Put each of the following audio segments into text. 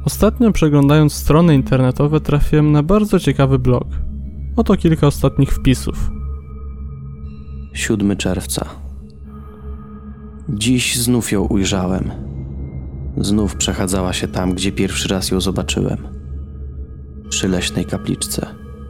Ostatnio przeglądając strony internetowe trafiłem na bardzo ciekawy blog. Oto kilka ostatnich wpisów. 7 czerwca. Dziś znów ją ujrzałem. Znów przechadzała się tam, gdzie pierwszy raz ją zobaczyłem. Przy leśnej kapliczce.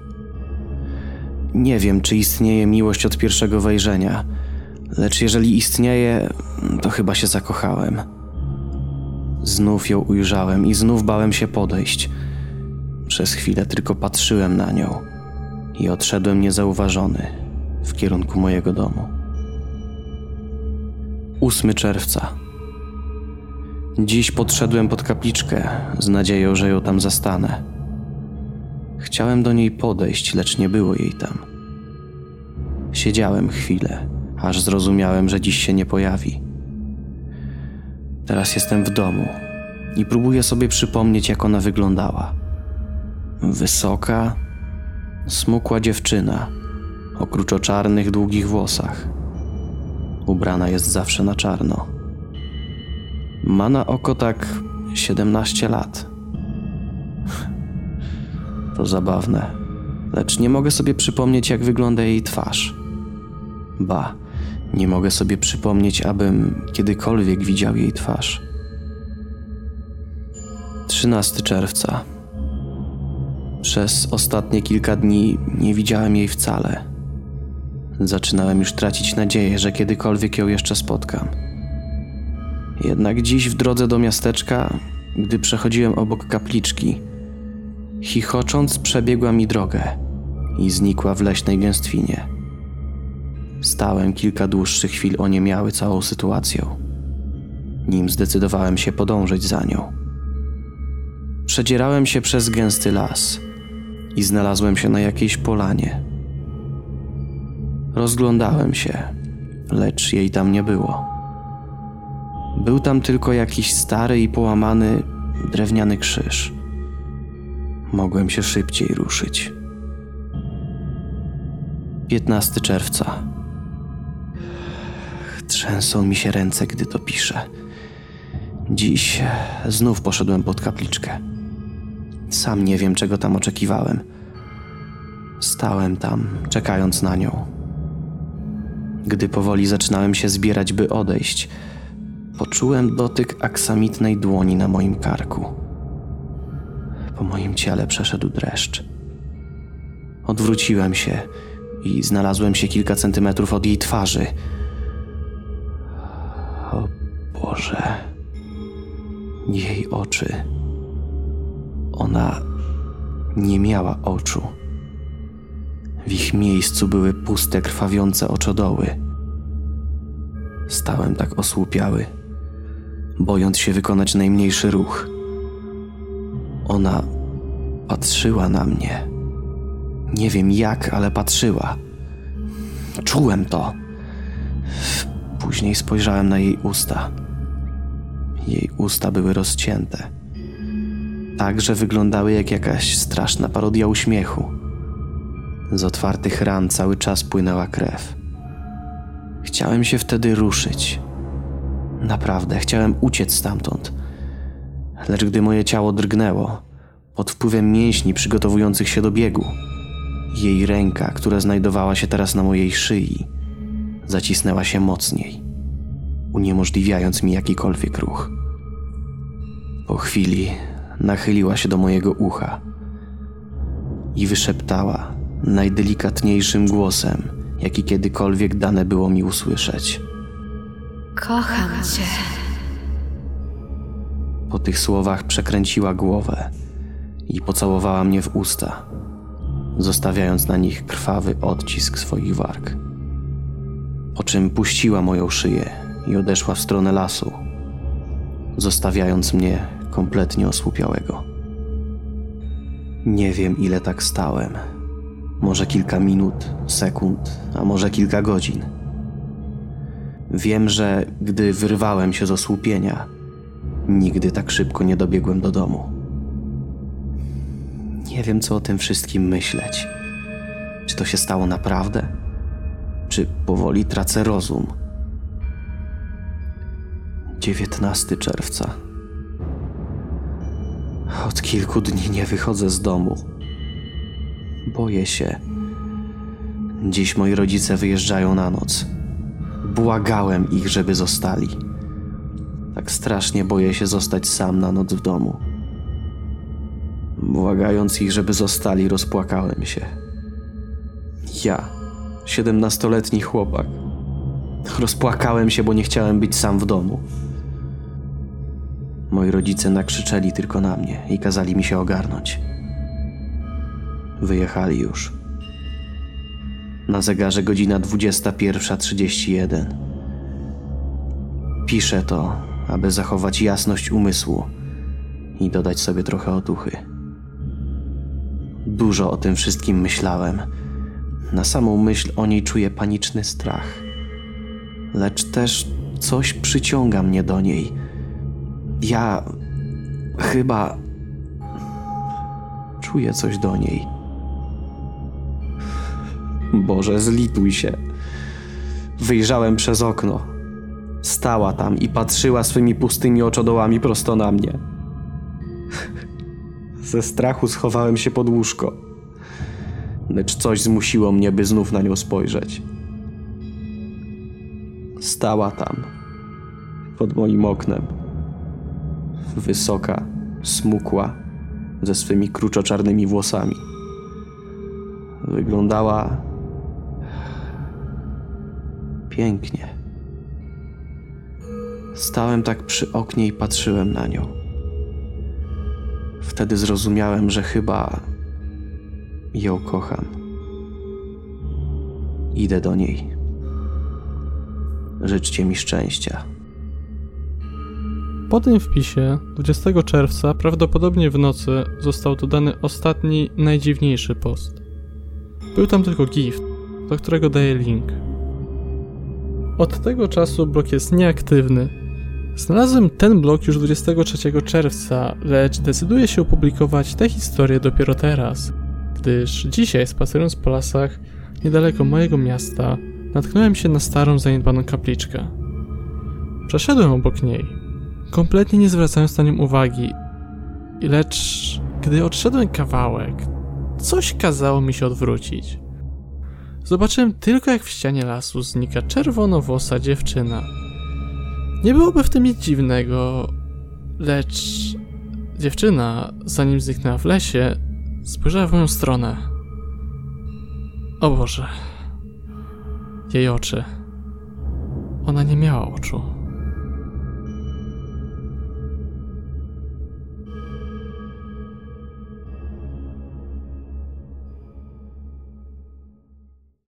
Nie wiem, czy istnieje miłość od pierwszego wejrzenia, lecz jeżeli istnieje, to chyba się zakochałem. Znów ją ujrzałem i znów bałem się podejść. Przez chwilę tylko patrzyłem na nią i odszedłem niezauważony w kierunku mojego domu. 8 czerwca. Dziś podszedłem pod kapliczkę z nadzieją, że ją tam zastanę. Chciałem do niej podejść, lecz nie było jej tam. Siedziałem chwilę, aż zrozumiałem, że dziś się nie pojawi. Teraz jestem w domu i próbuję sobie przypomnieć, jak ona wyglądała. Wysoka, smukła dziewczyna o kruczoczarnych, długich włosach. Ubrana jest zawsze na czarno. Ma na oko tak 17 lat. To zabawne, lecz nie mogę sobie przypomnieć, jak wygląda jej twarz. Ba, nie mogę sobie przypomnieć, abym kiedykolwiek widział jej twarz. 13 czerwca. Przez ostatnie kilka dni nie widziałem jej wcale. Zaczynałem już tracić nadzieję, że kiedykolwiek ją jeszcze spotkam. Jednak dziś w drodze do miasteczka, gdy przechodziłem obok kapliczki, chichocząc przebiegła mi drogę i znikła w leśnej gęstwinie. Stałem kilka dłuższych chwil oniemiały całą sytuacją, nim zdecydowałem się podążyć za nią. Przedzierałem się przez gęsty las i znalazłem się na jakiejś polanie. Rozglądałem się, lecz jej tam nie było. Był tam tylko jakiś stary i połamany drewniany krzyż. Mogłem się szybciej ruszyć. 15 czerwca. Trzęsą mi się ręce, gdy to piszę. Dziś znów poszedłem pod kapliczkę. Sam nie wiem, czego tam oczekiwałem. Stałem tam, czekając na nią. Gdy powoli zaczynałem się zbierać, by odejść, poczułem dotyk aksamitnej dłoni na moim karku. Po moim ciele przeszedł dreszcz. Odwróciłem się i znalazłem się kilka centymetrów od jej twarzy. O Boże. Jej oczy. Ona nie miała oczu. W ich miejscu były puste, krwawiące oczodoły. Stałem tak osłupiały, bojąc się wykonać najmniejszy ruch. Ona patrzyła na mnie. Nie wiem jak, ale patrzyła. Czułem to. Później spojrzałem na jej usta. Jej usta były rozcięte. Tak, że wyglądały jak jakaś straszna parodia uśmiechu. Z otwartych ran cały czas płynęła krew. Chciałem się wtedy ruszyć. Naprawdę, chciałem uciec stamtąd. Lecz gdy moje ciało drgnęło, pod wpływem mięśni przygotowujących się do biegu, jej ręka, która znajdowała się teraz na mojej szyi, zacisnęła się mocniej, uniemożliwiając mi jakikolwiek ruch. Po chwili nachyliła się do mojego ucha i wyszeptała najdelikatniejszym głosem, jaki kiedykolwiek dane było mi usłyszeć. Kocham cię. Po tych słowach przekręciła głowę i pocałowała mnie w usta, zostawiając na nich krwawy odcisk swoich warg. Po czym puściła moją szyję i odeszła w stronę lasu, zostawiając mnie kompletnie osłupiałego. Nie wiem, ile tak stałem. Może kilka minut, sekund, a może kilka godzin. Wiem, że gdy wyrwałem się z osłupienia, nigdy tak szybko nie dobiegłem do domu. Nie wiem, co o tym wszystkim myśleć. Czy to się stało naprawdę? Czy powoli tracę rozum? 19 czerwca. Od kilku dni nie wychodzę z domu. Boję się. Dziś moi rodzice wyjeżdżają na noc. Błagałem ich, żeby zostali. Tak strasznie boję się zostać sam na noc w domu. Błagając ich, żeby zostali, rozpłakałem się. Ja, 17-letni chłopak. Rozpłakałem się, bo nie chciałem być sam w domu. Moi rodzice nakrzyczeli tylko na mnie i kazali mi się ogarnąć. Wyjechali już. Na zegarze godzina 21:31. Piszę to, aby zachować jasność umysłu i dodać sobie trochę otuchy. Dużo o tym wszystkim myślałem. Na samą myśl o niej czuję paniczny strach. Lecz też coś przyciąga mnie do niej. Ja chyba czuję coś do niej. Boże, zlituj się. Wyjrzałem przez okno. Stała tam i patrzyła swymi pustymi oczodołami prosto na mnie. Ze strachu schowałem się pod łóżko. Lecz coś zmusiło mnie, by znów na nią spojrzeć. Stała tam, pod moim oknem. Wysoka, smukła, ze swymi kruczoczarnymi włosami. Wyglądała pięknie. Stałem tak przy oknie i patrzyłem na nią. Wtedy zrozumiałem, że chyba ją kocham. Idę do niej. Życzcie mi szczęścia. Po tym wpisie 20 czerwca, prawdopodobnie w nocy, został dodany ostatni, najdziwniejszy post. Był tam tylko gift, do którego daję link. Od tego czasu blog jest nieaktywny. Znalazłem ten blog już 23 czerwca, lecz decyduję się opublikować tę historię dopiero teraz, gdyż dzisiaj, spacerując po lasach niedaleko mojego miasta, natknąłem się na starą, zaniedbaną kapliczkę. Przeszedłem obok niej, kompletnie nie zwracając na nią uwagi, lecz gdy odszedłem kawałek, coś kazało mi się odwrócić. Zobaczyłem tylko, jak w ścianie lasu znika czerwonowłosa dziewczyna. Nie byłoby w tym nic dziwnego, lecz dziewczyna, zanim zniknęła w lesie, spojrzała w moją stronę. O Boże, jej oczy. Ona nie miała oczu.